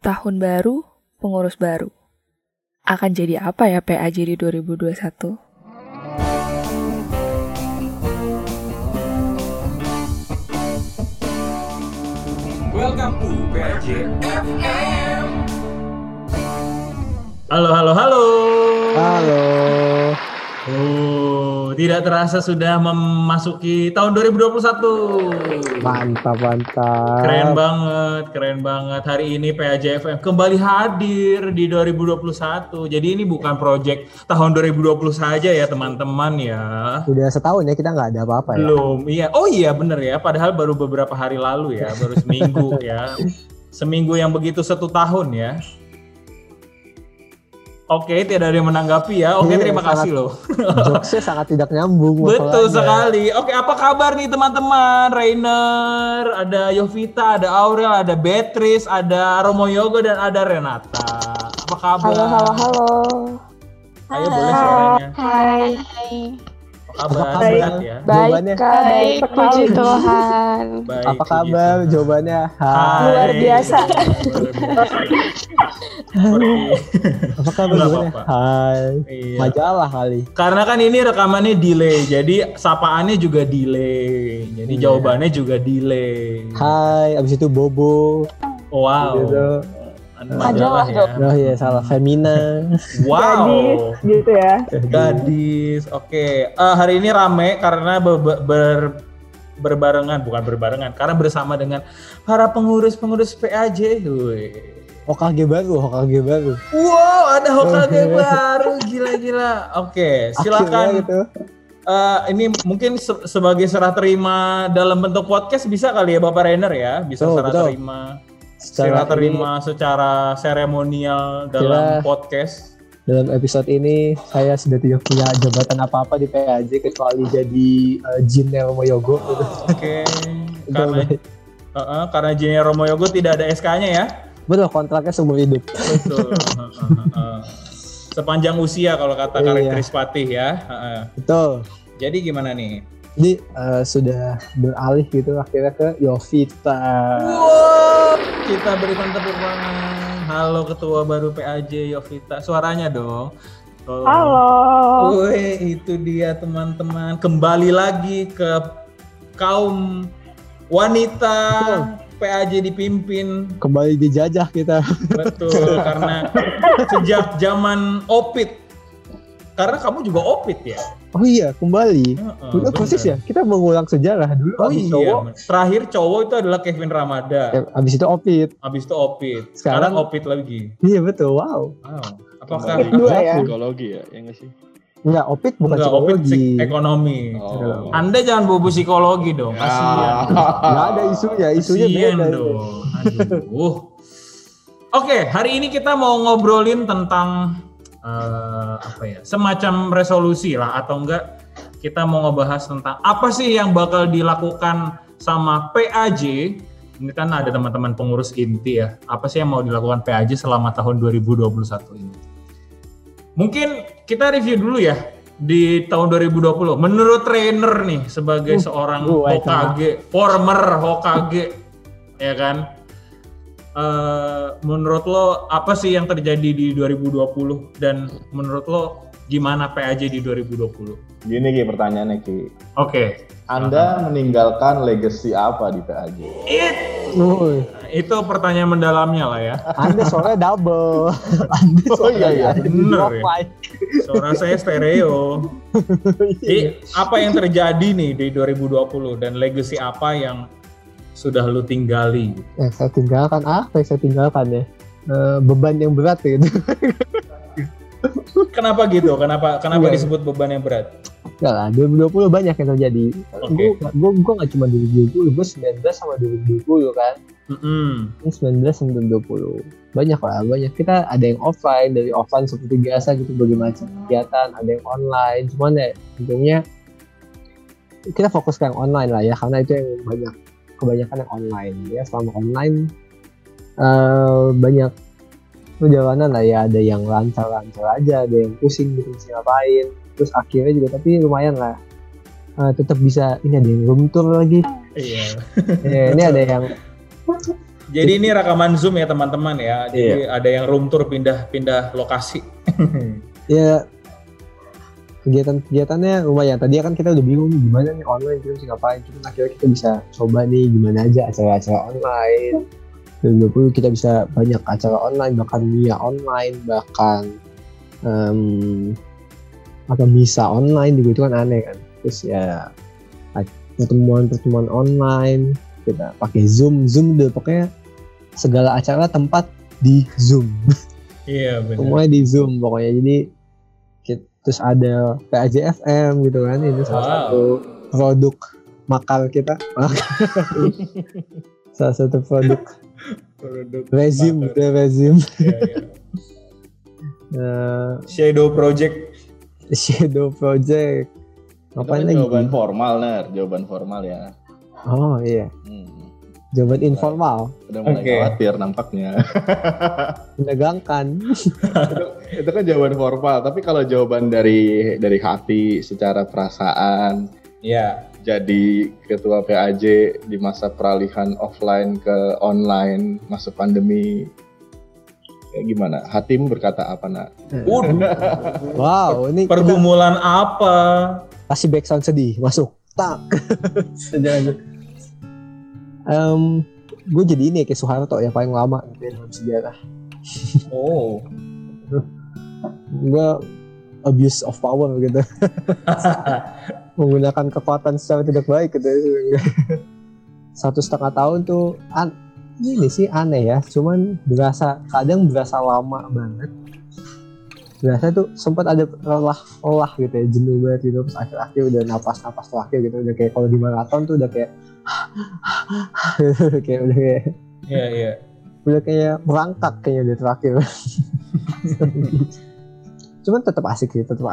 Tahun baru, pengurus baru. Akan jadi apa ya PAJ di 2021? Welcome to PAJ FM. Halo. Halo. Tidak terasa sudah memasuki tahun 2021. Mantap. Keren banget. Hari ini PAJ FM kembali hadir di 2021. Jadi ini bukan project tahun 2020 saja ya teman-teman ya. Udah setahun ya kita nggak ada apa-apa ya. Belum, iya. Oh iya bener ya, padahal baru beberapa hari lalu ya, baru seminggu ya. Seminggu yang begitu 1 tahun ya. Oke, tidak ada yang menanggapi ya. Oke, terima kasih loh. Jokesnya sangat tidak nyambung. Betul sekali. Oke, apa kabar nih teman-teman? Rainer, ada Yovita, ada Aurel, ada Beatrice, ada Romo Yogo, dan ada Renata. Apa kabar? Halo. Ayo boleh suaranya. Hai. Apa kabar? Baik. Sehat ya? Jawabannya. Baik, puji Tuhan. Baik, Apa kabar? puji Tuhan. Jawabannya Hai. Luar biasa. Apa kabar? Nggak Jawabannya apa-apa. hai. Iya. Majalah kali. Karena kan ini rekamannya delay, jadi sapaannya juga delay. Jadi Iya. jawabannya juga delay. Hai, abis itu Bobo. Wow. Gitu. Majalah ya. Oh iya salah, Femina. Wow. Gitu ya. Gadis. Oke. Hari ini rame karena bukan berbarengan, karena bersama dengan para pengurus PAJ. Hokage baru. Wow, ada Hokage baru, gila. Oke, silakan. Akhirnya gitu. Ini mungkin sebagai serah terima dalam bentuk podcast bisa kali ya Bapak Rainer ya, bisa serah betul. terima secara seremonial dalam Kira- podcast. Dalam episode ini saya sudah tidak punya jabatan apa-apa di PAJ kecuali jadi Jinnya Romo Yogo. Oke, karena Jinnya Romo Yogo tidak ada SK-nya ya. Betul, kontraknya seumur hidup. Betul. Sepanjang usia kalau kata karakteris Patih ya. Betul. Jadi gimana nih? Jadi sudah beralih gitu akhirnya ke Yovita. Wow, kita berikan tepuk tangan. Halo Ketua baru PAJ Yovita, suaranya dong. Halo. Wih, itu dia teman-teman. Kembali lagi ke kaum wanita PAJ dipimpin. Kembali dijajah kita. Betul, karena sejak zaman OPIT. Karena kamu juga OPIT ya? Oh iya, kembali. Udah bener. persis ya, kita mengulang sejarah dulu. Oh abis iya, cowok, terakhir cowok itu adalah Kevin Ramadan. abis itu Opit. Habis itu OPIT. Sekarang- Sekarang OPIT lagi. Iya betul, wow. Wow. Apakah Opit dua ya. Psikologi ya nggak sih? Enggak, Opit bukan enggak OPIT psikologi. ekonomi? Oh. Anda jangan bobo psikologi dong, kasihan. Enggak ada isunya Kasihan beda. dong. Aduh. Oke, hari ini kita mau ngobrolin tentang semacam resolusi lah, atau enggak kita mau ngebahas tentang apa sih yang bakal dilakukan sama PAJ. Ini kan ada teman-teman pengurus inti ya. Apa sih yang mau dilakukan PAJ selama tahun 2021 ini? Mungkin kita review dulu ya di tahun 2020. Menurut trainer nih sebagai seorang Hokage, former Hokage, ya kan? Menurut lo apa sih yang terjadi di 2020 dan menurut lo gimana PAJ di 2020? Gini Ki pertanyaannya Ki. Oke. Anda meninggalkan legacy apa di PAJ? Woi, Itu pertanyaan mendalamnya lah ya. Anda soalnya double. Oh iya. Bener ya. Suara saya stereo. Jadi apa yang terjadi nih di 2020 dan legacy apa yang sudah lu tinggali? Saya tinggalkan apa? Saya tinggalkan ya. Beban yang berat gitu. Kenapa gitu? Kenapa Iya. disebut beban yang berat? Enggak lah, 2020 banyak yang terjadi. Oke. Gue gak cuma 2020, gue 19 sama 2020 kan. Ini 19 sama 2020. Banyak. Kita ada yang offline, dari offline seperti biasa gitu, berbagai macam kegiatan. Ada yang online, cuman ya tentunya kita fokus ke yang online lah ya, karena itu yang kebanyakan yang online. Ya selama online banyak perjalanan lah ya, ada yang lancar-lancar aja, ada yang pusing gitu mesti ngapain. Terus akhirnya juga tapi lumayan lah, tetap bisa. Ini ada yang room tour lagi. Iya. Ya, ini ada yang Jadi ini rekaman Zoom ya teman-teman ya. Jadi ada yang room tour pindah lokasi. Ya kegiatannya lumayan. Tadi kan kita udah bingung nih gimana nih online kita bisa ngapain. Cuma akhirnya kita bisa coba nih gimana aja acara-acara online. 2020 kita bisa banyak acara online, bahkan MIA online, bahkan misa online juga itu kan aneh kan. Terus ya pertemuan online kita pakai Zoom udah pokoknya segala acara tempat di Zoom. Iya benar. Semuanya di Zoom pokoknya. Jadi terus ada PAJ FM gitu kan, ini salah satu produk makal kita. Salah satu produk rezim. Shadow Project. Ngapain lagi? Jawaban formal ya. Oh iya. Jawaban informal. Udah mulai khawatir nampaknya. Menegangkan. itu kan jawaban formal, tapi kalau jawaban dari hati secara perasaan, jadi ketua PAJ di masa peralihan offline ke online, masa pandemi, kayak gimana? Hatimu berkata apa, Nak? Wow, ini pergumulan apa? Kasih background sedih, masuk. Tak. Gue jadi ini kayak Soeharto yang paling lama gitu dalam sejarah. Oh. Gue abuse of power gitu. Menggunakan kekuatan secara tidak baik gitu. 1,5 tahun tuh ini sih aneh ya. Cuman kadang berasa lama banget. Berasa tuh sempat ada lelah gitu ya, jenuh banget gitu. Terus akhir-akhir udah napas terakhir gitu. Udah kayak kalau di maraton tuh udah kayak udah kayak merangkak kayaknya udah terakhir. Cuman tetap asik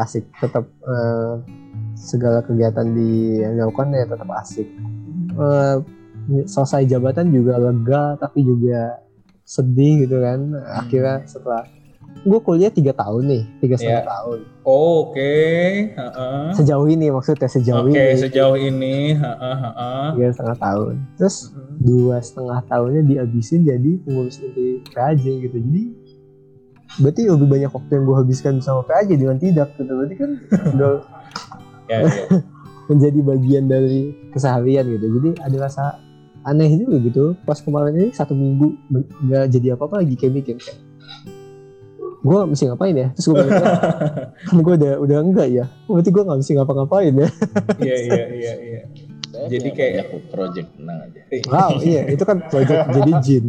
segala kegiatan yang dilakukan ya tetap asik. Selesai jabatan juga lega tapi juga sedih gitu kan. Akhirnya setelah gue kuliah 3 tahun nih, 3,5 tahun. Oh, oke. Sejauh ini maksudnya sejauh ini. 3,5 tahun. Terus 2,5 tahunnya dihabisin jadi pengurus inti PAJ gitu. Jadi berarti lebih banyak waktu yang gue habiskan sama PAJ dengan tidak gitu. Berarti kan udah menjadi bagian dari keseharian gitu. Jadi ada rasa aneh juga gitu. Pas kemarin ini 1 minggu nggak jadi apa-apa lagi kayak mikir kayak gue mesti ngapain ya? Terus gue bilang, kan gue udah enggak ya? Berarti gue nggak mesti ngapa-ngapain ya? Iya. Jadi kayak project tenang aja. Wow, iya itu kan project jadi jin.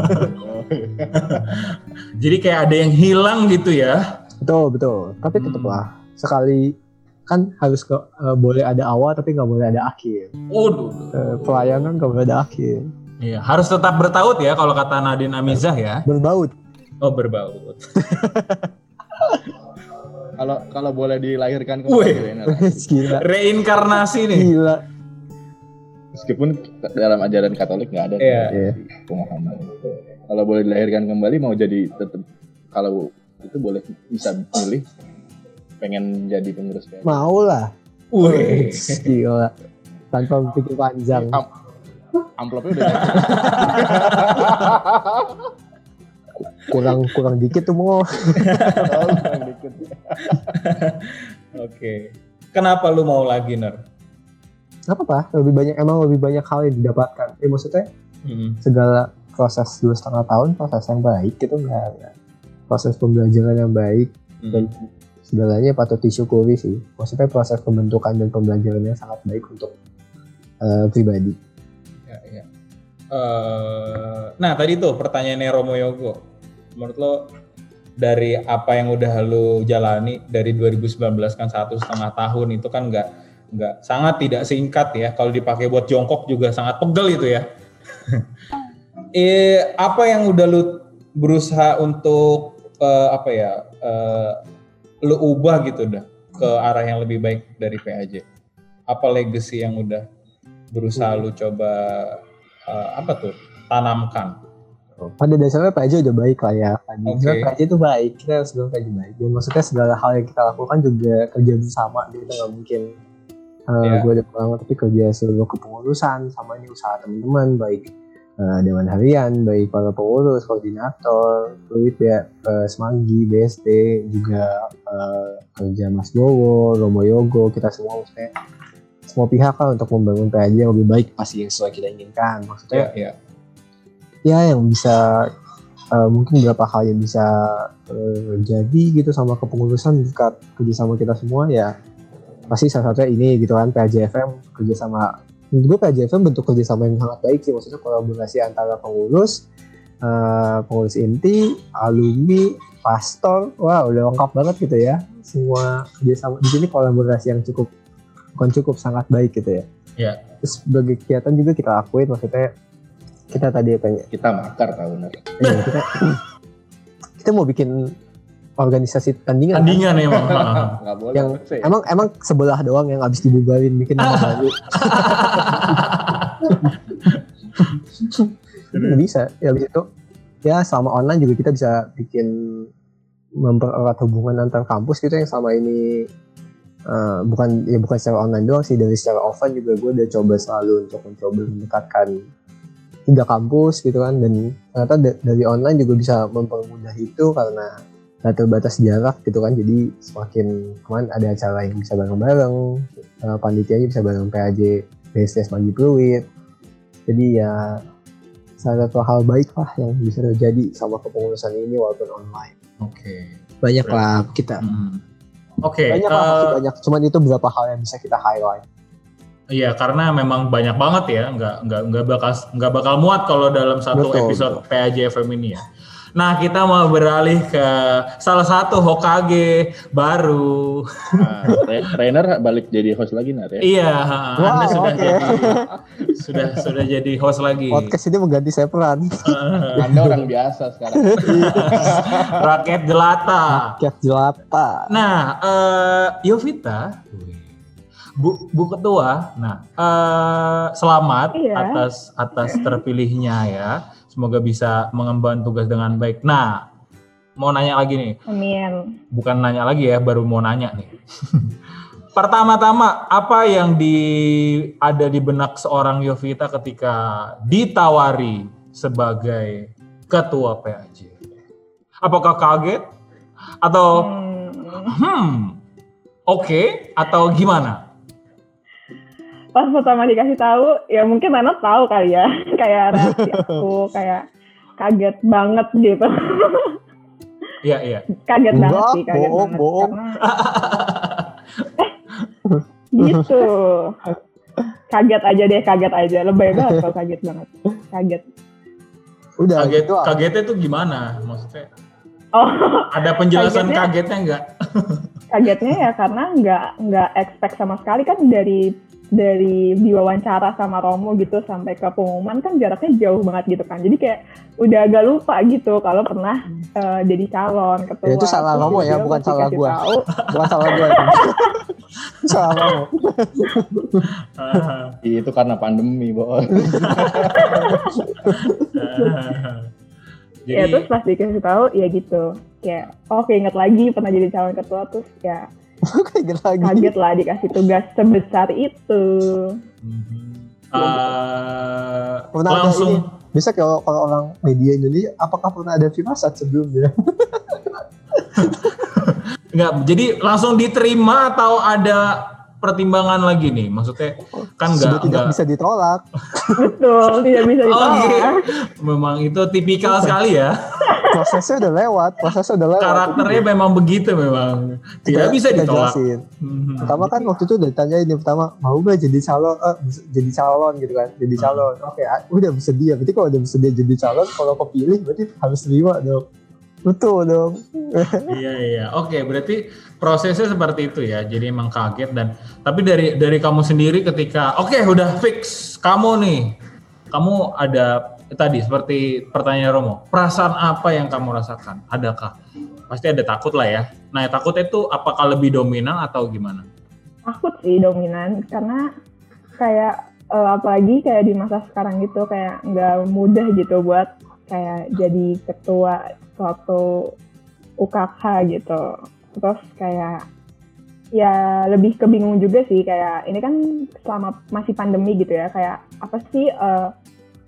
Jadi kayak ada yang hilang gitu ya? Betul. Tapi tetaplah sekali kan harus boleh ada awal tapi nggak boleh ada akhir. Pelayanan nggak boleh ada akhir. Iya, harus tetap bertaut ya kalau kata Nadine Amizah ya. Berbaut. Oh, berbaut. Kalau boleh dilahirkan kembali. Gila. Reinkarnasi nih. Gila. Meskipun dalam ajaran Katolik nggak ada pemahaman. Kalau boleh dilahirkan kembali mau jadi tetap, kalau itu boleh bisa pilih pengen jadi pengurus PAJ. Mau lah. Gila. Tanpa berpikir panjang. Amplopnya udah jadi. kurang dikit tuh mau. Kurang dikit. Oke. Kenapa lu mau lagi, Ner? Apa? Lebih banyak hal yang didapatkan. Maksudnya segala proses 2,5 tahun proses yang baik gitu enggak. Proses pembelajaran yang baik dan segalanya patut disyukuri sih. Maksudnya proses pembentukan dan pembelajarannya sangat baik untuk pribadi. Ya. Nah tadi tuh pertanyaannya Romo Yogo. Menurut lo dari apa yang udah lo jalani dari 2019 kan 1,5 tahun itu kan nggak sangat tidak singkat ya. Kalau dipakai buat jongkok juga sangat pegel itu ya. Apa yang udah lo berusaha untuk lo ubah gitu dah ke arah yang lebih baik dari PAJ? Apa legacy yang udah berusaha lo coba tanamkan? Pada dasarnya PAJ udah baik lah ya. PAJ itu baik, kita harus bilang PAJ baik. Dan maksudnya segala hal yang kita lakukan juga kerja bersama, kita nggak mungkin gue ada pengalaman tapi kerja seluruh kepengurusan sama ini usaha teman-teman baik Dewan Harian, baik para pengurus, koordinator, fluid ya, Semanggi, BST, juga kerja Mas Bowo, Romo Yogo, kita semua maksudnya semua pihak lah untuk membangun PAJ yang lebih baik pasti yang sesuai kita inginkan. Maksudnya ya yang bisa mungkin beberapa hal yang bisa jadi gitu sama kepengurusan dekat kerjasama kita semua ya pasti salah satunya ini gitu kan, PAJ FM kerjasama. Menurut gue PAJ FM bentuk kerjasama yang sangat baik sih, maksudnya kolaborasi antara pengurus inti, alumni, pastor, wah udah lengkap banget gitu ya, semua kerjasama di sini kolaborasi yang sangat baik gitu ya. Iya. Terus sebagai kegiatan juga kita lakuin, maksudnya kita tadi pengen Kita makar tau bener. kita mau bikin organisasi tandingan Tandingan emang. Nggak boleh. yang emang sebelah doang yang habis dibubarin bikin nama baru. Bisa ya, habis itu ya selama online juga kita bisa bikin mempererat hubungan antar kampus gitu yang selama ini bukan secara online doang sih, dari secara offline juga gue udah coba selalu untuk mencoba mendekatkan 3 kampus gitu kan, dan ternyata dari online juga bisa mempermudah itu karena nggak terbatas jarak gitu kan, jadi semakin kemarin ada acara yang bisa bareng-bareng, panitianya bisa bareng PAJ, BST, Semanggi Fluid, jadi ya salah satu hal baik lah yang bisa terjadi sama kepengurusan ini walaupun online. Oke. Banyak lah kita. Oke. Banyak lah, masih banyak. Cuman itu beberapa hal yang bisa kita highlight. Iya, karena memang banyak banget ya, nggak bakal muat kalau dalam satu episode PAJ FM ini ya. Nah, kita mau beralih ke salah satu Hokage baru. Rainer balik jadi host lagi Nar ya? Iya, Anda sudah jadi host lagi. Podcast ini mengganti saya peran. Anda orang biasa sekarang. Rakyat jelata. Nah, Yovita, Bu Ketua, selamat atas terpilihnya ya. Semoga bisa mengemban tugas dengan baik. Nah, mau nanya lagi nih. Amin. Bukan nanya lagi ya, baru mau nanya nih. Pertama-tama, apa yang ada di benak seorang Yovita ketika ditawari sebagai ketua PAJ? Apakah kaget? Atau oke, atau gimana? Pas pertama dikasih tahu, ya mungkin Nana tahu kali ya, kayak reaksi aku kayak kaget banget gitu. Iya. Kaget banget sih, bohong. Gitu. Kaget aja, lebay banget kalau kaget banget. Kaget. Udah. Kagetnya tuh gimana? Maksudnya? Oh. Ada penjelasan kagetnya nggak? Kagetnya ya karena nggak expect sama sekali kan, dari diwawancara sama Romo gitu sampai ke pengumuman kan jaraknya jauh banget gitu kan, jadi kayak udah agak lupa gitu kalau pernah jadi calon ketua. Ya, itu salah Romo ya, bukan salah gue. Bukan salah gue. Salah Romo. Itu karena pandemi, Bos. Ya terus pas dikasih tahu ya gitu, kayak inget lagi pernah jadi calon ketua, terus ya kaget lah dikasih tugas sebesar itu. Langsung bisa kalau orang media Indonesia, apakah pernah ada firasat sebelumnya? Enggak, jadi langsung diterima atau ada pertimbangan lagi nih? Maksudnya kan tidak bisa ditolak. Betul, tidak bisa ditolak. Okay. Memang itu tipikal sekali ya. Prosesnya udah lewat. Karakternya memang begitu, memang tidak bisa ditolak. Pertama kan waktu itu udah ditanyain pertama, mau gak jadi calon gitu kan, jadi calon. Oke, udah bersedia. Berarti kalau udah bersedia jadi calon, kalau kepilih berarti harus terima dong. Betul dong. Iya. Oke, berarti prosesnya seperti itu ya. Jadi emang kaget tapi dari kamu sendiri ketika udah fix kamu nih. Kamu ada tadi seperti pertanyaan Romo. Perasaan apa yang kamu rasakan? Adakah? Pasti ada takut lah ya. Nah, takutnya itu apakah lebih dominan atau gimana? Takut sih dominan, karena kayak apalagi kayak di masa sekarang gitu, kayak nggak mudah gitu buat kayak jadi ketua suatu UKK gitu. Terus kayak ya lebih kebingung juga sih, kayak ini kan selama masih pandemi gitu ya, kayak apa sih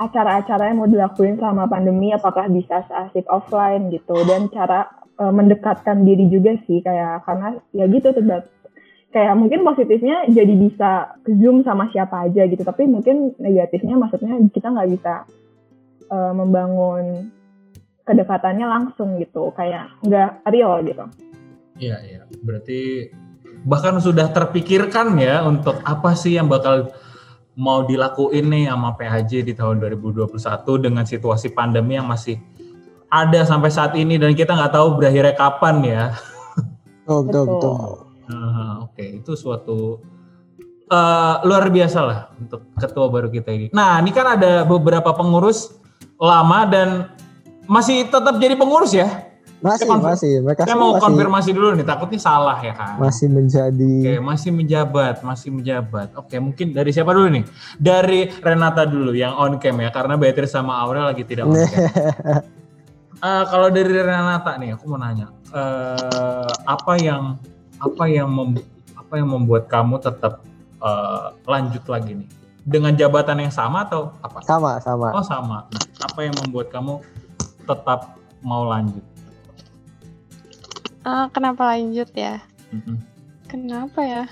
acara-acara yang mau dilakuin selama pandemi apakah bisa seasik offline gitu, dan cara mendekatkan diri juga sih, kayak karena ya gitu kayak mungkin positifnya jadi bisa Zoom sama siapa aja gitu, tapi mungkin negatifnya maksudnya kita nggak bisa membangun kedekatannya langsung gitu, kayak nggak real gitu. Iya. Berarti bahkan sudah terpikirkan ya untuk apa sih yang bakal mau dilakuin nih sama PAJ di tahun 2021 dengan situasi pandemi yang masih ada sampai saat ini dan kita nggak tahu berakhirnya kapan ya. Betul. Oke, itu suatu luar biasa lah untuk ketua baru kita ini. Nah, ini kan ada beberapa pengurus lama dan masih tetap jadi pengurus ya? Masih. Mereka saya mau konfirmasi dulu nih, takutnya salah ya kan? Masih menjadi. Oke, masih menjabat. Oke, mungkin dari siapa dulu nih? Dari Renata dulu yang on cam ya, karena Beatrice sama Aurel lagi tidak on cam. Kalau dari Renata nih, aku mau nanya, apa yang membuat kamu tetap lanjut lagi nih? Dengan jabatan yang sama atau apa? Sama. Oh sama. Nah, apa yang membuat kamu tetap mau lanjut? Kenapa lanjut ya? Kenapa ya?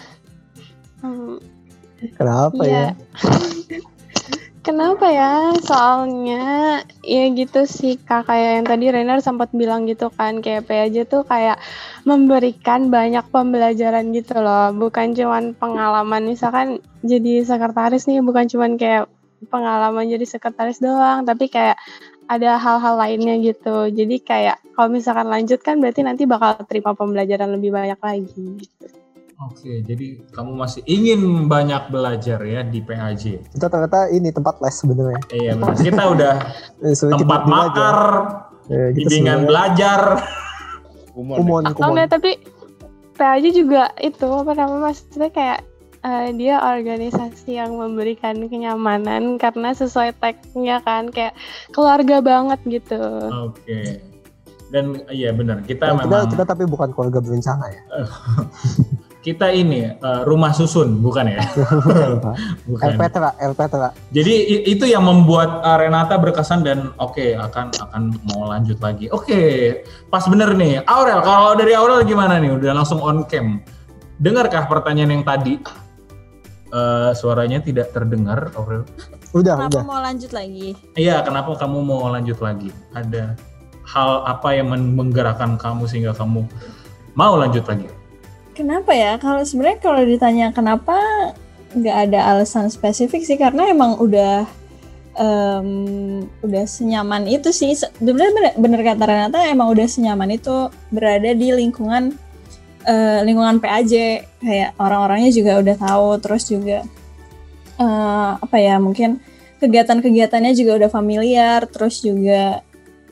Kenapa ya? Kenapa ya? Soalnya ya gitu sih Kak, kayak yang tadi Renar sempat bilang gitu kan, kayak PAJ tuh kayak memberikan banyak pembelajaran gitu loh, bukan cuman pengalaman misalkan jadi sekretaris nih, bukan cuman kayak pengalaman jadi sekretaris doang, tapi kayak ada hal-hal lainnya gitu. Jadi kayak kalau misalkan lanjut kan berarti nanti bakal terima pembelajaran lebih banyak lagi gitu. Oke, jadi kamu masih ingin banyak belajar ya di PAJ. Itu ternyata ini tempat les sebenarnya. Iya benar. Kita udah tempat makar, bimbingan belajar. Kumon. Enggak, tapi PAJ juga itu maksudnya kayak dia organisasi yang memberikan kenyamanan karena sesuai tagnya kan, kayak keluarga banget gitu. Oke. Dan iya benar, kita tapi bukan keluarga berencana ya. Kita ini rumah susun, bukan ya? Bukan. RPTRA. Jadi itu yang membuat Renata berkesan dan akan mau lanjut lagi. Oke, pas bener nih. Aurel, kalau dari Aurel gimana nih? Udah langsung on cam. Dengarkah pertanyaan yang tadi? Suaranya tidak terdengar, Aurel. Kenapa mau lanjut lagi? Iya, kenapa kamu mau lanjut lagi? Ada hal apa yang menggerakkan kamu sehingga kamu mau lanjut lagi? Kenapa ya? Kalau ditanya kenapa, nggak ada alasan spesifik sih, karena emang udah senyaman itu sih. Bener kata Renata, emang udah senyaman itu berada di lingkungan PAJ, kayak orang-orangnya juga udah tahu, terus juga mungkin kegiatan-kegiatannya juga udah familiar, terus juga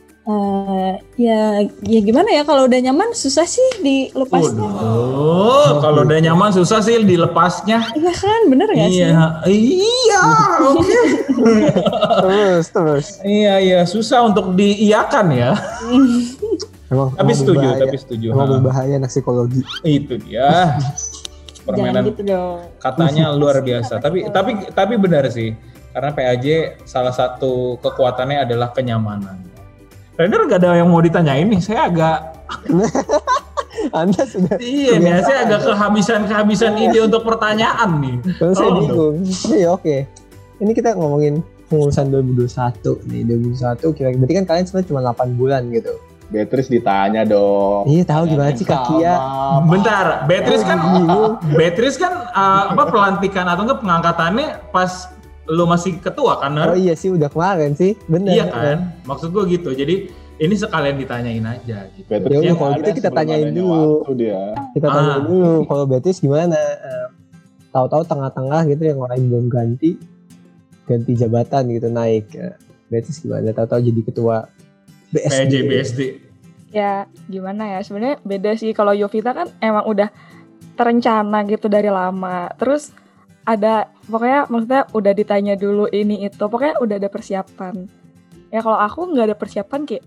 ya gimana ya, kalau udah nyaman susah sih dilepasnya. Kalau udah nyaman susah sih dilepasnya. Iya kan, bener nggak sih? Iya, oke. Terus. Iya, susah untuk diiyakan ya. Tapi setuju. Emang berbahaya anak psikologi. Itu dia. Permainan gitu dong. Katanya luar biasa. Tapi benar sih. Karena PAJ salah satu kekuatannya adalah kenyamanan. Renner gak ada yang mau ditanyain nih. Saya agak Anda sudah. Iya nih, saya agak kehabisan ide untuk pertanyaan nih. Saya bingung. Iya oke. Ini kita ngomongin pengurusan 2021 nih. 2021 kira-kira berarti kan kalian sebenarnya cuma 8 bulan gitu. Beatrice ditanya dong. Iya tahu gimana sih Kakia. Bentar, Beatrice kan pelantikan atau enggak pengangkatannya pas lu masih ketua kan? Oh iya sih, udah kemarin sih, bener. Iya kan, maksud gue gitu. Jadi ini sekalian ditanyain aja. Gitu. Ya kalau gitu kita tanyain dulu. Kita tanyain dulu. Kalau Beatrice gimana? Tahu-tahu tengah-tengah gitu yang lain belum ganti jabatan gitu naik. Beatrice gimana? Tahu-tahu jadi ketua BSD. Ya gimana ya, sebenarnya beda sih. Kalau Yovita kan emang udah terencana gitu dari lama. Terus ada pokoknya maksudnya udah ditanya dulu ini itu, pokoknya udah ada persiapan. Ya kalau aku nggak ada persiapan, kayak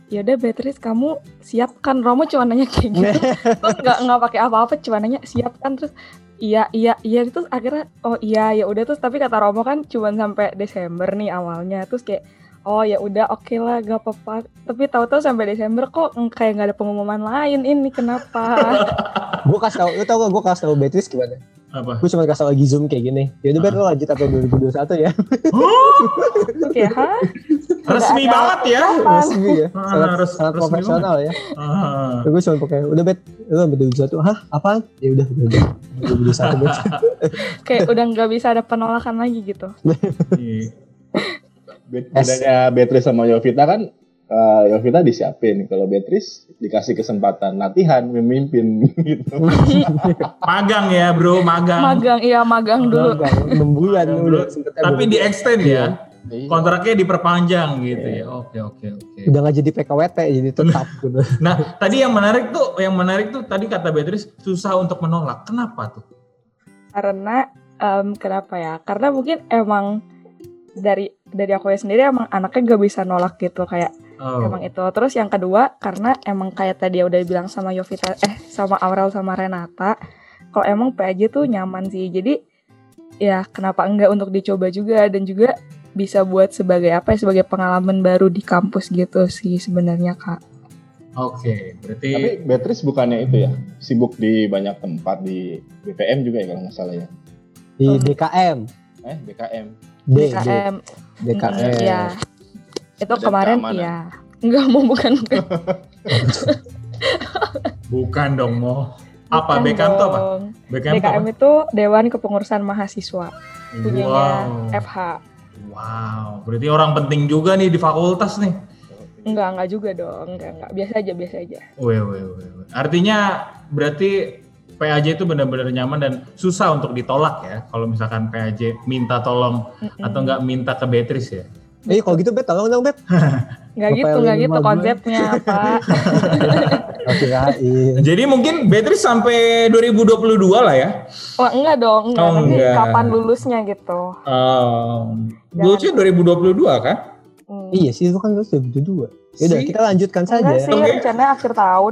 ya udah Beatrice kamu siap kan? Romo cuma nanya kayak gitu. Terus nggak pakai apa-apa, cuma nanya siap kan, terus iya itu akhirnya oh iya ya udah, terus tapi kata Romo kan cuma sampai Desember nih awalnya, terus kayak oh ya udah oke lah gak apa-apa, tapi tahu-tahu sampai Desember kok kayak nggak ada pengumuman lain, ini kenapa? Gue kasih tau, lu tau gak gue kasih tau Beatrice gimana? Apa? Gue cuma kasih tau lagi Zoom kayak gini. Ya udah Bet, lo lanjut sampai 2021 ya. Oke, Resmi banget ya. Resmi ya. Sangat profesional ya. Gue cuma pakai udah Bet, lo sampai 2021. Hah? Apaan? Ya udah 2021 Bet. Kayak udah nggak bisa ada penolakan lagi gitu. Bedanya Beatrice sama Yovita kan, Yovita disiapin, kalau Beatrice dikasih kesempatan latihan memimpin gitu. Magang ya bro, magang dulu. 6 bulan udah sempet. Tapi di extend ya, kontraknya diperpanjang gitu ya. Oke. Udah nggak jadi PKWT, jadi tetap gitu. Nah tadi yang menarik tuh tadi kata Beatrice susah untuk menolak. Kenapa tuh? Karena kenapa ya? Karena mungkin emang dari aku sendiri emang anaknya gak bisa nolak gitu, kayak emang itu. Terus yang kedua karena emang kayak tadi udah bilang sama Yovita, sama Aurel sama Renata, kalau emang PAJ tuh nyaman sih. Jadi ya kenapa enggak untuk dicoba juga, dan juga bisa buat sebagai sebagai pengalaman baru di kampus gitu sih sebenarnya Kak. Oke, berarti. Tapi Beatrice bukannya itu ya, sibuk di banyak tempat, di BPM juga ya kalau nggak salah ya? Di DKM. DKM. DKM. Iya. Itu Badan kemarin keamanan. iya. Enggak mau bukan. Bukan dong mau. Apa BKM itu apa? BKM itu Dewan Kepengurusan Mahasiswa. Punyanya FH. Wow, berarti orang penting juga nih di fakultas nih. Enggak juga dong. Enggak. Biasa aja. Weh. Artinya berarti PAJ itu benar-benar nyaman dan susah untuk ditolak ya. Kalau misalkan PAJ minta tolong atau nggak minta ke Beatrice ya. Kalau gitu Bet, tolong dong Bet. Nggak gitu konsepnya Pak. Oke. Jadi mungkin Beatrice sampai 2022 lah ya. Wah enggak dong, nanti kapan lulusnya gitu. Lulusnya 2022 kan? Iya sih, itu kan lulus 2022. Yaudah, kita lanjutkan saja. Enggak sih, rencananya akhir tahun.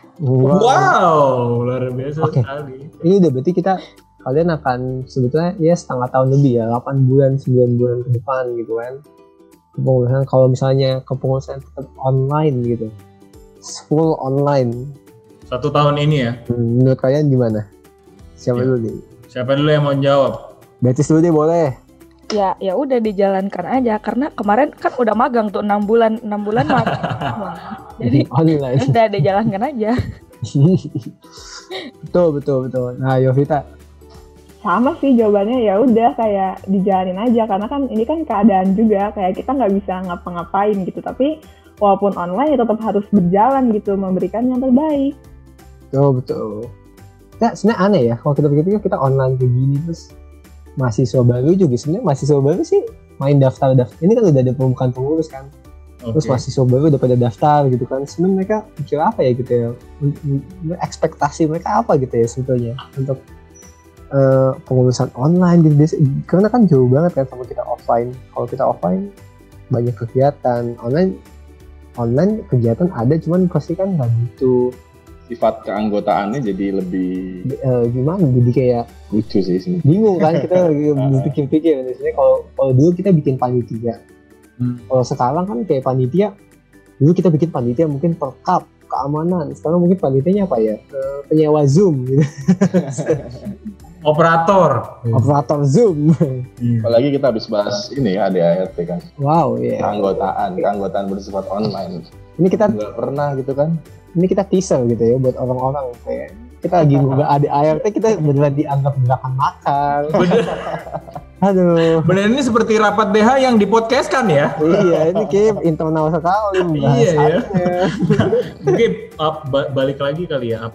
Wow, luar biasa sekali. Ini udah berarti kalian akan sebetulnya ya setengah tahun lebih ya, 8 bulan, 9 bulan ke depan gitu kan. Kepengurusan, kalau misalnya kepengurusan tetap online gitu, full online. 1 tahun ini ya. Menurut kalian gimana? Siapa dulu nih? Siapa dulu yang mau jawab? Beatrice dulu deh boleh. Ya udah dijalankan aja, karena kemarin kan udah magang tuh 6 bulan magang. Jadi online. Udah dijalankan aja. Betul. Nah, Yovita. Sama sih jawabannya, ya udah kayak dijalanin aja, karena kan ini kan keadaan juga, kayak kita nggak bisa ngapa-ngapain gitu, tapi walaupun online ya tetap harus berjalan gitu, memberikan yang terbaik. Betul. Nah, sebenarnya aneh ya kalau kita pikir kita online kayak gini, terus mahasiswa baru juga sebenarnya mahasiswa baru sih main daftar. Ini kan udah ada pembukaan pengurus kan. Terus mahasiswa baru udah pada daftar gitu kan. Sebenarnya mereka pikir apa ya gitu ya? Ekspektasi mereka apa gitu ya sebetulnya untuk pengurusan online gitu. Karena kan jauh banget kan sama kita offline. Kalau kita offline banyak kegiatan, online kegiatan ada, cuman pasti kan nggak gitu. Sifat keanggotaannya jadi lebih gimana? Jadi kayak lucu sih sini. Bingung kan kita pikir-pikir. Misalnya kalau dulu kita bikin panitia. Kalau sekarang kan kayak panitia, dulu kita bikin panitia mungkin per cup, keamanan. Sekarang mungkin panitianya apa ya? Penyewa Zoom gitu. Operator Zoom. Apalagi kita habis bahas ini ya, ADART kan. Wow, iya. Keanggotaan bersifat online. Ini kita nggak pernah gitu kan. Ini kita teaser gitu ya buat orang-orang kayak kita lagi nggak ada ART, kita beneran dianggap gerakan makar. Aduh. Bener, ini seperti rapat DH yang dipodcastkan ya. Iya, ini kayak internal sekali bahasannya. Iya ya. Mungkin balik lagi kali ya,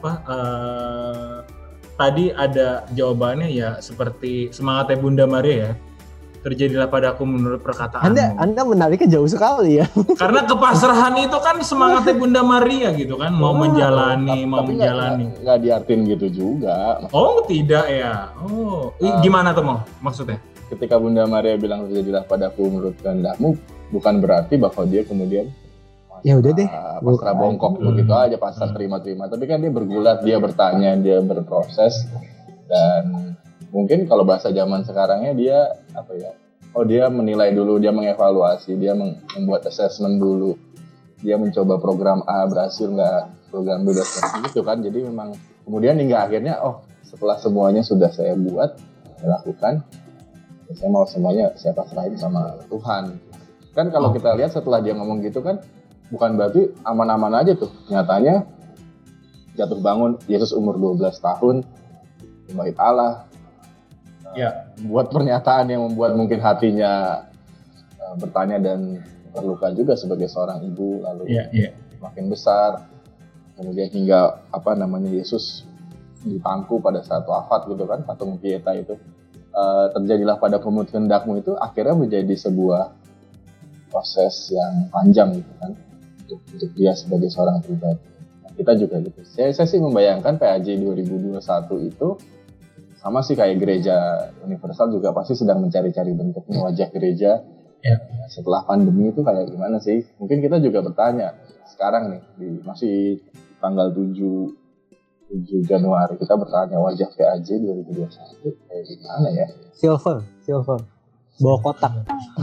tadi ada jawabannya ya seperti semangatnya Bunda Maria ya. Terjadilah padaku menurut perkataan. Anda menariknya jauh sekali ya. Karena kepasrahan itu kan semangatnya Bunda Maria gitu kan, mau menjalani. Nggak diartin gitu juga. Oh tidak ya. Gimana tuh maksudnya? Ketika Bunda Maria bilang terjadilah padaku menurut kehendakmu, bukan berarti bahwa dia kemudian ya udah deh, pasrah bongkok begitu aja, pasrah terima-terima. Tapi kan dia bergulat, dia bertanya, dia berproses. Dan mungkin kalau bahasa zaman sekarangnya dia apa ya? Oh, dia menilai dulu, dia mengevaluasi, dia membuat assessment dulu. Dia mencoba program A berhasil nggak, program B berhasil gitu kan. Jadi memang kemudian hingga akhirnya setelah semuanya sudah saya buat, saya lakukan, saya mau semuanya saya pasrahin sama Tuhan. Kan kalau kita lihat setelah dia ngomong gitu kan, bukan berarti aman-aman aja tuh. Nyatanya jatuh bangun, Yesus umur 12 tahun, bait Allah. Ya, buat pernyataan yang membuat mungkin hatinya bertanya dan terluka juga sebagai seorang ibu, lalu makin besar. Kemudian hingga Yesus dipangku pada saat wafat gitu kan, patung Pieta itu. Terjadilah padaku kehendakmu itu akhirnya menjadi sebuah proses yang panjang gitu kan untuk dia sebagai seorang pribadi. Nah, kita juga gitu. Saya sih membayangkan PAJ 2021 itu sama sih kayak gereja universal juga pasti sedang mencari-cari bentuknya, wajah gereja. Setelah pandemi itu kayak gimana sih? Mungkin kita juga bertanya sekarang nih masih tanggal 7 Januari kita bertanya wajah PAJ 2021 kayak gimana ya? Silver. Bawa kotak.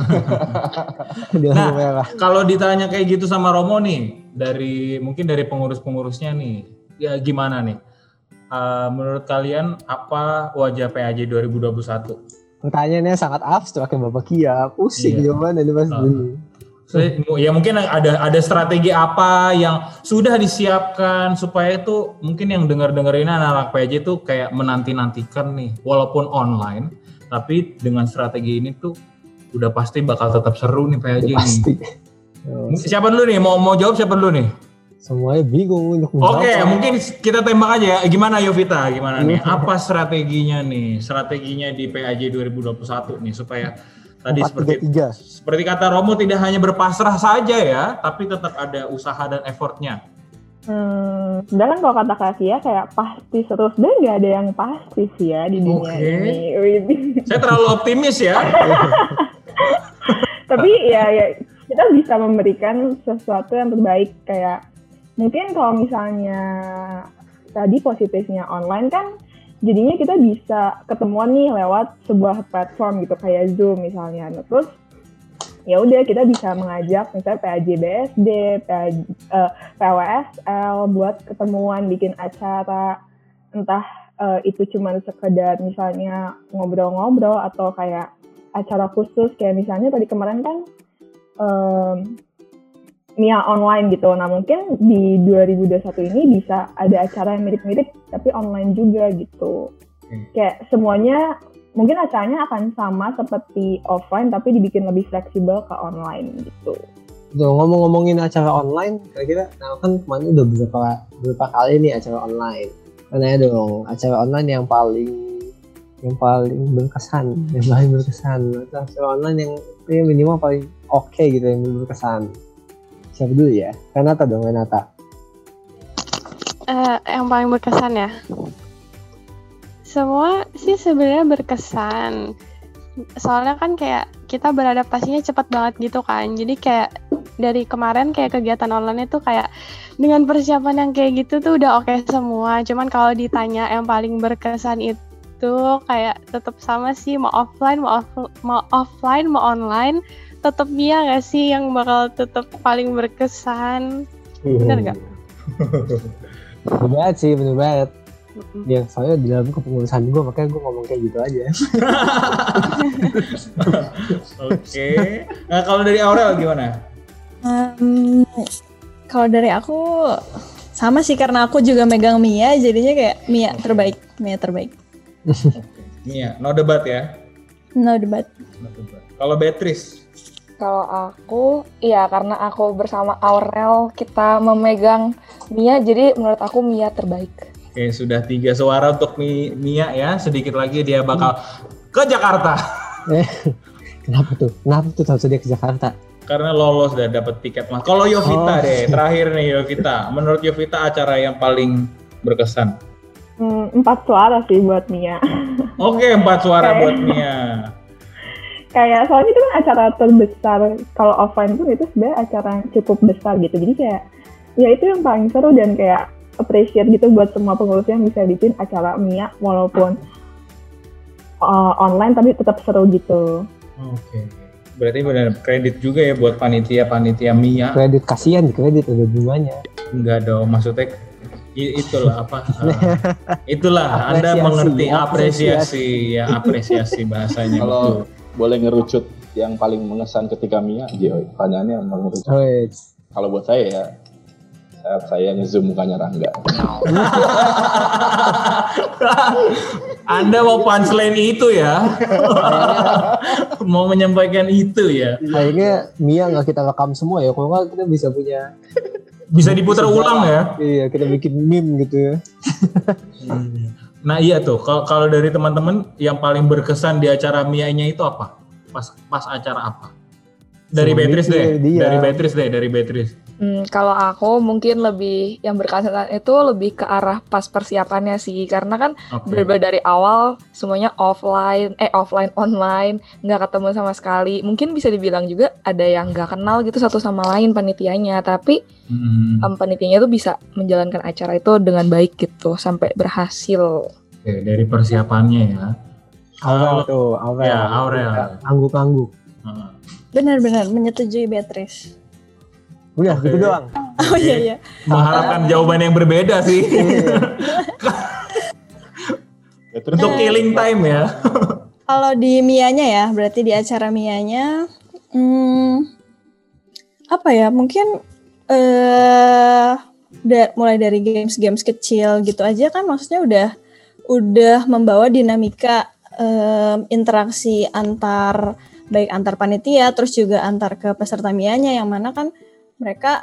Nah, kalau ditanya kayak gitu sama Romo nih, mungkin dari pengurus-pengurusnya nih, ya gimana nih? Menurut kalian apa wajah PAJ 2021? Pertanyaannya sangat abstrak ya Bapak Kia, pusing jawabannya ini Mas dulu. Ya mungkin ada strategi apa yang sudah disiapkan supaya itu mungkin yang dengar-dengerin anak-anak PAJ itu kayak menanti-nantikan nih, walaupun online. Tapi dengan strategi ini tuh udah pasti bakal tetap seru nih PAJ nih. Pasti. Siapa dulu nih? Mau jawab siapa dulu nih? Semuanya bingung untuk menjawab. Oke, mungkin kita tembak aja ya. Gimana Yovita? Gimana nih? Apa strateginya nih? Strateginya di PAJ 2021 nih supaya tadi seperti kata Romo tidak hanya berpasrah saja ya, tapi tetap ada usaha dan effortnya. Sedangkan kalau kata Kak Kia kayak pasti seterus dan nggak ada yang pasti sih ya di dunia ini. Saya terlalu optimis ya. Tapi ya kita bisa memberikan sesuatu yang terbaik. Kayak mungkin kalau misalnya tadi positifnya online kan jadinya kita bisa ketemuan nih lewat sebuah platform gitu kayak Zoom misalnya. Nah, terus ya udah kita bisa mengajak misalnya PAJ BSD, PWSL buat ketemuan bikin acara, entah itu cuma sekedar misalnya ngobrol-ngobrol atau kayak acara khusus kayak misalnya tadi kemarin kan Mia online gitu. Nah mungkin di 2021 ini bisa ada acara yang mirip-mirip tapi online juga gitu. Kayak semuanya mungkin acaranya akan sama seperti offline tapi dibikin lebih fleksibel ke online gitu. Ngomong-ngomongin acara online, kira-kira kan kemarin udah beberapa kali nih acara online. Karena dong acara online yang paling berkesan, acara online yang minimal paling oke gitu yang berkesan. Siapa dulu ya? Renata dong, Renata. Yang paling berkesan ya. Semua sih sebenarnya berkesan. Soalnya kan kayak kita beradaptasinya cepat banget gitu kan. Jadi kayak dari kemarin kayak kegiatan online itu kayak dengan persiapan yang kayak gitu tuh udah oke semua. Cuman kalau ditanya yang paling berkesan itu kayak tetap sama sih, mau offline mau online, tetap Mia nggak sih yang bakal tetap paling berkesan? Bener nggak? Bener banget. Ya soalnya di dalam kepengurusan gue makanya gue ngomong kayak gitu aja. Oke. Nah kalau dari Aurel gimana? Kalau dari aku sama sih karena aku juga megang Mia jadinya kayak Mia terbaik. Mia, no debat ya? No debat. Kalau Beatrice? Kalau aku, iya karena aku bersama Aurel kita memegang Mia, jadi menurut aku Mia terbaik. Oke, sudah 3 suara untuk Mia ya. Sedikit lagi dia bakal ke Jakarta. Kenapa tuh harus dia ke Jakarta? Karena lolos dan dapat tiket mas. Kalau Yovita deh, terakhir nih Yovita. Menurut Yovita acara yang paling berkesan? 4 suara sih buat Mia. Oke, 4 suara buat Mia. Kayak soalnya itu kan acara terbesar, kalau offline pun itu sebenarnya acara yang cukup besar gitu. Jadi kayak ya itu yang paling seru dan kayak appreciate gitu buat semua pengurus yang bisa bikin acara MIA walaupun online tapi tetap seru gitu. Oke. Berarti benar kredit juga ya buat panitia MIA. Kredit, kasihan kredit ada bunganya. Enggak dong, maksudnya itulah apa? Itulah Anda mengerti apresiasi bahasanya. Kalau boleh ngerucut yang paling mengesan ketika MIA, pertanyaannya yang mengerucut. Kalau buat saya ya, saat saya nge-zoom mukanya Rangga. Anda mau punchline itu ya? Mau menyampaikan itu ya? Kayaknya MIA nggak kita rekam semua ya, kalau nggak kita bisa diputar ulang ya? Iya, kita bikin meme gitu ya. Nah iya tuh, kalau dari teman-teman yang paling berkesan di acara MIA-nya itu apa? Pas acara apa? Dari Beatrice deh. Kalau aku mungkin lebih yang berkesan itu lebih ke arah pas persiapannya sih, karena kan berbeda dari awal semuanya offline online, nggak ketemu sama sekali. Mungkin bisa dibilang juga ada yang nggak kenal gitu satu sama lain panitianya, tapi panitianya tuh bisa menjalankan acara itu dengan baik gitu sampai berhasil. Oke, dari persiapannya ya. Aurel. Angguk-angguk. Benar-benar menyetujui Beatrice. Udah gitu doang. Oh iya. Mengharapkan jawaban yang berbeda sih. Untuk killing time ya. Kalau di MIA-nya ya, berarti di acara MIA-nya apa ya? Mungkin mulai dari games kecil gitu aja kan, maksudnya udah membawa dinamika interaksi baik antar panitia terus juga antar ke peserta MIA-nya, yang mana kan mereka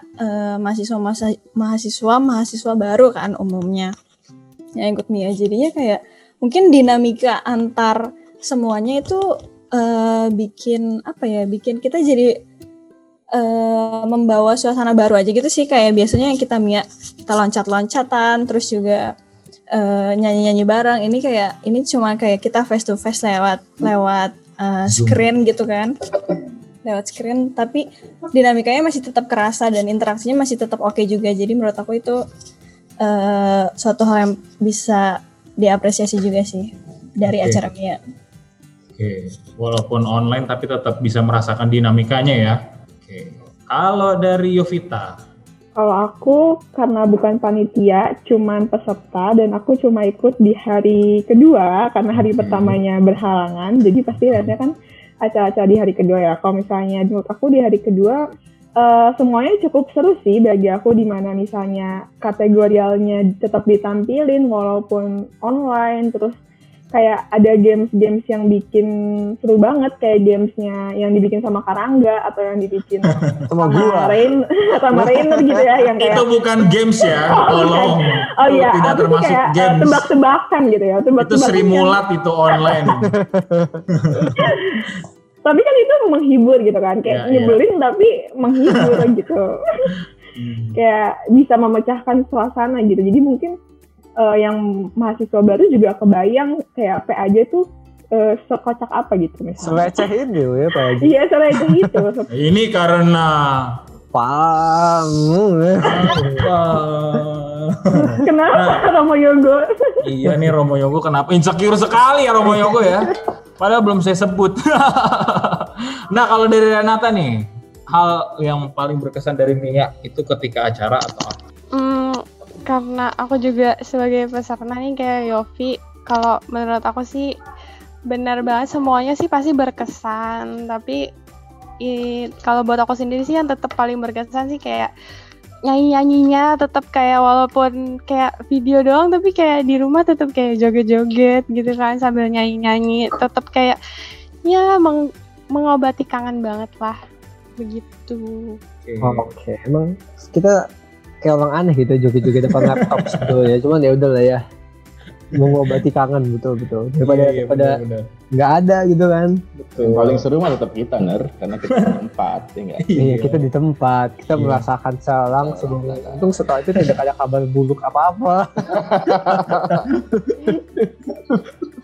mahasiswa baru kan umumnya yang ikut MIA. Jadinya kayak mungkin dinamika antar semuanya itu bikin kita jadi membawa suasana baru aja gitu sih. Kayak biasanya yang kita MIA kita loncat-loncatan terus juga nyanyi-nyanyi bareng. Ini cuma kayak kita face to face lewat screen gitu kan, lewat screen, tapi dinamikanya masih tetap kerasa dan interaksinya masih tetap oke juga. Jadi menurut aku itu suatu hal yang bisa diapresiasi juga sih dari acara MIA. Oke, walaupun online tapi tetap bisa merasakan dinamikanya ya. Oke. Kalau dari Yovita? Kalau aku karena bukan panitia, cuman peserta dan aku cuma ikut di hari kedua karena hari pertamanya berhalangan. Jadi pasti lihatnya kan acara-acara di hari kedua ya. Kalau misalnya menurut aku di hari kedua semuanya cukup seru sih bagi aku, di mana misalnya kategorialnya tetap ditampilin walaupun online, terus kayak ada games yang bikin seru banget, kayak gamesnya yang dibikin sama Karangga atau yang dibikin sama Rainer gitu ya, yang kayak itu bukan games ya, tolong. Oh iya, tidak termasuk kayak games. Tebak-tebakan gitu ya, Itu Sri Mulat itu online. Tapi kan itu menghibur gitu kan, kayak nyebelin tapi menghibur gitu. Kayak bisa memecahkan suasana gitu. Jadi mungkin yang mahasiswa baru juga kebayang kayak PAJ tuh sekocak apa gitu misalnya. Seleceh ini ya PAJ. Iya, seleceh itu. Ini karena Kenapa Romo Yogo? Iya nih Romo Yogo kenapa insecure sekali ya Romo Yogo ya. Padahal belum saya sebut. Nah kalau dari Renata nih, hal yang paling berkesan dari MIA itu ketika acara atau apa? Karena aku juga sebagai peserta nih kayak Yofi, kalau menurut aku sih benar banget semuanya sih pasti berkesan. Tapi kalau buat aku sendiri sih yang tetap paling berkesan sih kayak nyanyi-nyanyinya, tetap kayak walaupun kayak video doang tapi kayak di rumah tetap kayak joget-joget gitu kan sambil nyanyi-nyanyi, tetap kayak ya mengobati kangen banget lah begitu. Oke. Emang kita kayak orang aneh gitu joget-joget depan laptop sebetulnya, cuman ya udahlah ya, mengobati kangen betul daripada nggak ada gitu kan. Yang paling seru mah tetap kita karena kita di tempat ya nggak? Iya, kita di tempat, kita merasakan secara langsung. Untung setelah itu tidak ada kabar buruk apa-apa.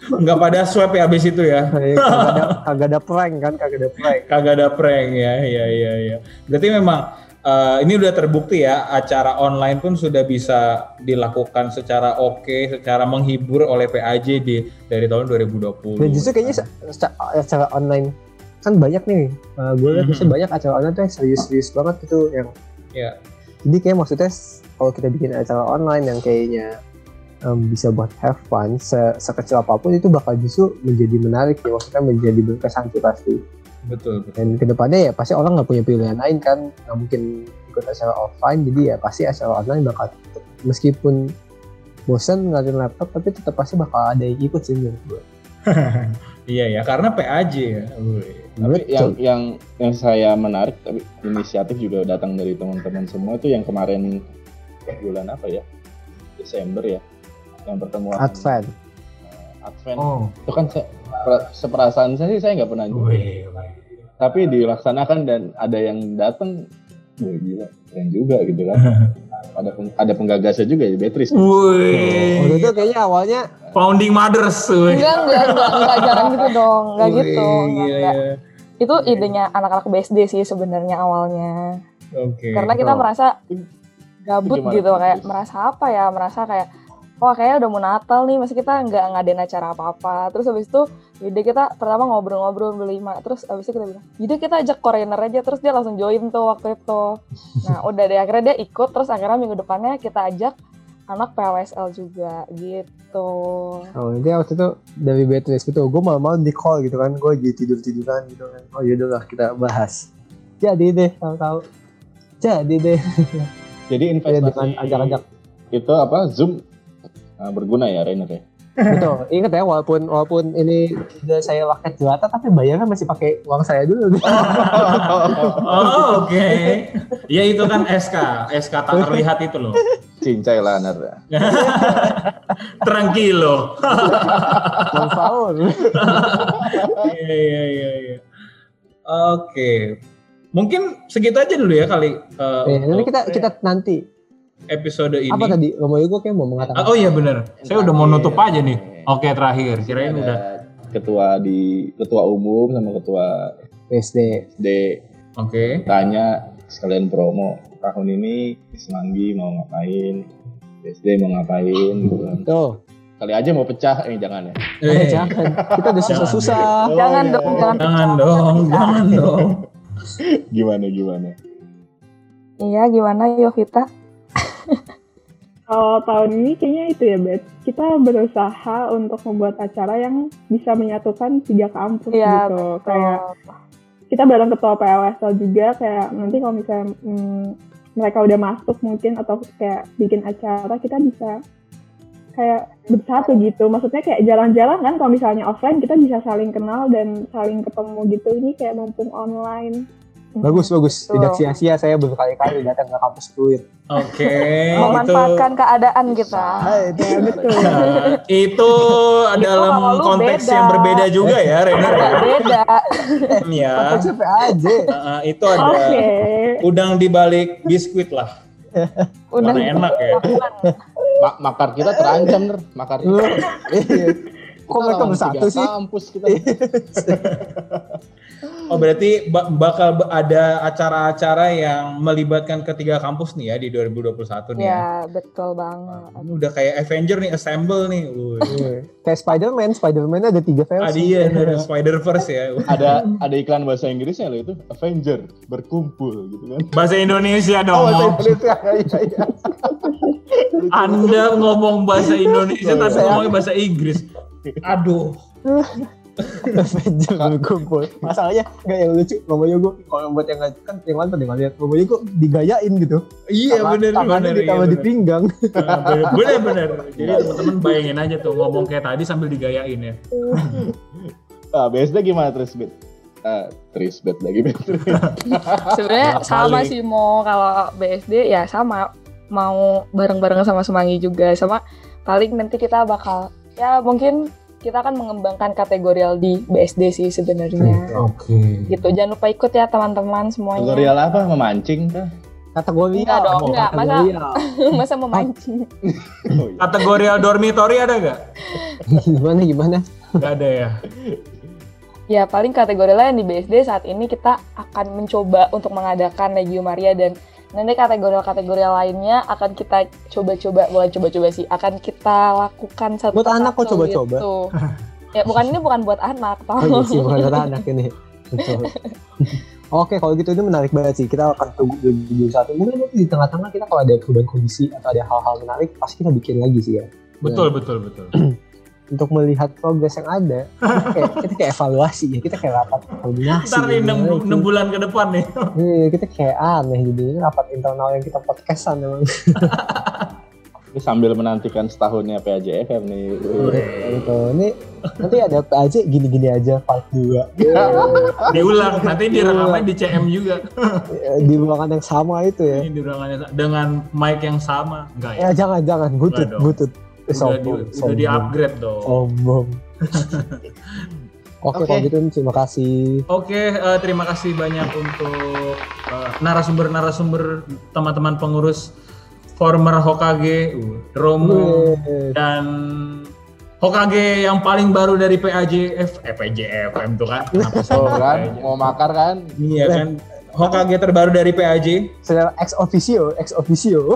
Nggak pada swab ya abis itu ya. Kagak ada prank kan, Kagak ada prank ya. Berarti memang ini udah terbukti ya, acara online pun sudah bisa dilakukan secara secara menghibur oleh PAJ dari tahun 2020. Dan justru kayaknya acara online kan banyak nih, gue lihat justru banyak acara online tuh yang serius-serius banget gitu yang. Ya. Jadi kayak maksudnya kalau kita bikin acara online yang kayaknya bisa buat have fun, sekecil apapun itu bakal justru menjadi menarik ya, maksudnya menjadi berkesan tuh pasti. Betul. Dan kedepannya ya pasti orang nggak punya pilihan lain kan, nggak mungkin ikut acara offline, jadi ya pasti acara online bakal tetap, meskipun bosan ngeliatin laptop tapi tetap pasti bakal ada yang ikut sih menurut gue. Iya ya, karena PAJ ya. Tapi yang saya menarik, tapi inisiatif juga datang dari teman-teman semua itu yang kemarin bulan apa ya, Desember ya, yang pertemuan Advent. Itu kan seperasaan saya sih saya nggak pernah juga. Tapi dilaksanakan dan ada yang datang, gila, keren juga gitu kan. ada penggagasnya juga ya, Beatrice. Waktu itu kayaknya awalnya founding mothers. Enggak, jangan gitu dong, enggak gitu. Enggak. Itu idenya anak-anak BSD sih sebenarnya awalnya. Karena kita merasa gabut gitu, kayak merasa apa ya, merasa kayak wah kayaknya udah mau Natal nih, masih kita nggak ngadain acara apa-apa. Terus habis itu yaudah kita pertama ngobrol-ngobrol berlima, terus habis itu kita bilang yaudah kita ajak Koreaner aja, terus dia langsung join tuh waktu itu. Nah udah deh akhirnya dia ikut, terus akhirnya minggu depannya kita ajak anak PWSL juga gitu. Dia waktu itu dari Beatrice gitu, gue malam-malam di call gitu kan, gue lagi tidur-tiduran gitu kan, oh yaudah lah kita bahas. Jadi deh, tahu-tahu. Jadi deh. Jadi investasi ajak-ajak itu apa, Zoom berguna ya Rainer ya? Betul, ingat ya walaupun ini udah saya pakai jelata tapi bayarnya masih pakai uang saya dulu. Oke. Ya itu kan SK tak terlihat itu loh. Cincai lah Nar. Tranquilo. Bang Faul. Iya. Oke. Mungkin segitu aja dulu ya kali. Nanti kita nanti episode ini. Apa tadi? Romo Yugo kayak mau mengatakan. Oh iya benar. Saya udah mau nutup aja nih. Oke, terakhir. Kirain udah ketua umum sama ketua PSD. Oke. Tanya sekalian promo. Tahun ini Semanggi mau ngapain? PSD mau ngapain? Tuh. Kali aja mau pecah, jangan ya. Jangan. Kita udah susah-susah. Jangan dong. Gimana? Iya, gimana Yovita? Kalau tahun ini kayaknya itu ya, Bet. Kita berusaha untuk membuat acara yang bisa menyatukan 3 kampus ya, gitu. Betul. Kayak kita bareng ketua PWSL juga, kayak nanti kalau misalnya mereka udah masuk mungkin atau kayak bikin acara, kita bisa kayak bersatu gitu. Maksudnya kayak jalan-jalan kan, kalau misalnya offline kita bisa saling kenal dan saling ketemu gitu. Ini kayak mumpung online. Bagus. Tidak sia-sia saya berkali-kali datang ke kampus Fluid. Oke. Memanfaatkan keadaan kita. Betul. Itu dalam konteks yang berbeda juga ya, Rainer. Beda. Iya. Konteksnya PAJ. Itu ada udang di balik biskuit lah. Udah enak ya. Makar kita terancam, makar kita. Kok mereka bersatu sih? Kampus kita. Oh berarti bakal ada acara-acara yang melibatkan ketiga kampus nih ya di 2021 nih ya? Ya betul banget. Ini udah kayak Avenger nih, assemble nih. Kayak Spider-Man ada 3 versi. Iya, ada Spider-Verse ya. Ada iklan bahasa Inggrisnya loh itu, Avenger berkumpul gitu kan. Bahasa Indonesia dong. Bahasa Indonesia. Iya. Anda ngomong bahasa Indonesia tapi ngomongnya bahasa Inggris. Aduh. Avenger berkumpul. Masalahnya nggak yang lucu. Romo Yugo kalau buat yang kan yang lain pada ngeliat Romo Yugo digayain gitu. Iya benar. Tangannya ditambah di pinggang. Bener. Jadi teman-teman bayangin aja tuh ngomong kayak tadi sambil digayain ya. BSD gimana Trisbet? Trisbet lagi Beatrice. Sebenarnya sama sih kalau BSD ya sama, mau bareng-bareng sama Semanggi juga, sama paling nanti kita bakal ya mungkin kita akan mengembangkan kategorial di BSD sih sebenarnya. Oke. Gitu, jangan lupa ikut ya teman-teman semuanya. Kategorial apa? Memancing kah? Kategori Enggak dong, enggak. Masa memancing. Kategorial dormitory ada nggak? Gimana? Nggak ada ya. Ya paling kategori lain di BSD saat ini kita akan mencoba untuk mengadakan Legio Maria dan nanti kategori lainnya akan kita coba-coba sih, akan kita lakukan satu buat anak kok coba-coba gitu. Ya ini bukan buat anak oh iya sih bukan buat anak ini. Betul. Oke, kalau gitu itu menarik banget sih. Kita akan tunggu 2021. Mungkin di tengah-tengah kita kalau ada perubahan kondisi atau ada hal-hal menarik pasti kita bikin lagi sih ya. Betul. Untuk melihat progres yang ada, kita kayak evaluasi ya, kita kayak rapat koordinasi. Ntar nih 6 bulan ke depan nih. Iya, kita kayak aneh jadi ini rapat internal yang kita podcastan memang. Ini sambil menantikan setahunnya PAJ FM nih. Gitu. Ini nanti ada PAJ gini-gini aja part 2. Diulang, nanti direkamnya di CM juga. Di ruangan yang sama itu ya. Ini di ruangannya dengan mic yang sama. Enggak ya? Jangan butut. Udah di-upgrade dong. Sombong. Oke, kalau gitu terima kasih. Oke, terima kasih banyak untuk narasumber teman-teman pengurus former Hokage, Romo, dan Hokage yang paling baru dari PAJFM tuh kan. Kan, mau makar kan? Iya kan. Hokage terbaru dari PAJ. Secara ex officio.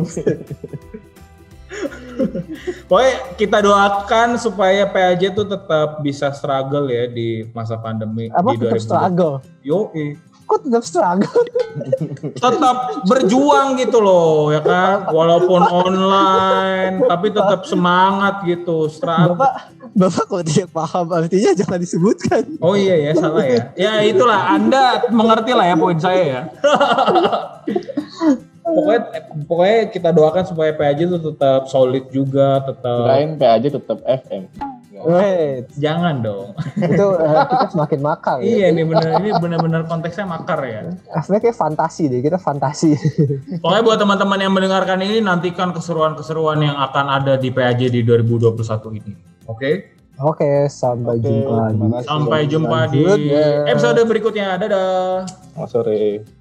Pokoknya kita doakan supaya PAJ tuh tetap bisa struggle ya di masa pandemi. Apa di tetap struggle? Kok tetap struggle? Tetap berjuang gitu loh ya kan, walaupun online tapi tetap semangat gitu. Bapak kalau tidak paham artinya jangan disebutkan. Oh iya ya, salah ya. Ya itulah, Anda mengerti lah ya poin saya ya. Pokoknya kita doakan supaya PAJ itu tetap solid juga, tetap. Kirain PAJ tetap FM. Wait, jangan dong. Itu kita semakin makar. Iya, ini benar-benar konteksnya makar ya. Sebenarnya kayak fantasi deh, kita fantasi. Pokoknya buat teman-teman yang mendengarkan ini, nantikan keseruan-keseruan yang akan ada di PAJ di 2021 ini. Oke? Oke, sampai jumpa lagi. Sampai jumpa di episode berikutnya. Dadah. Selamat sore.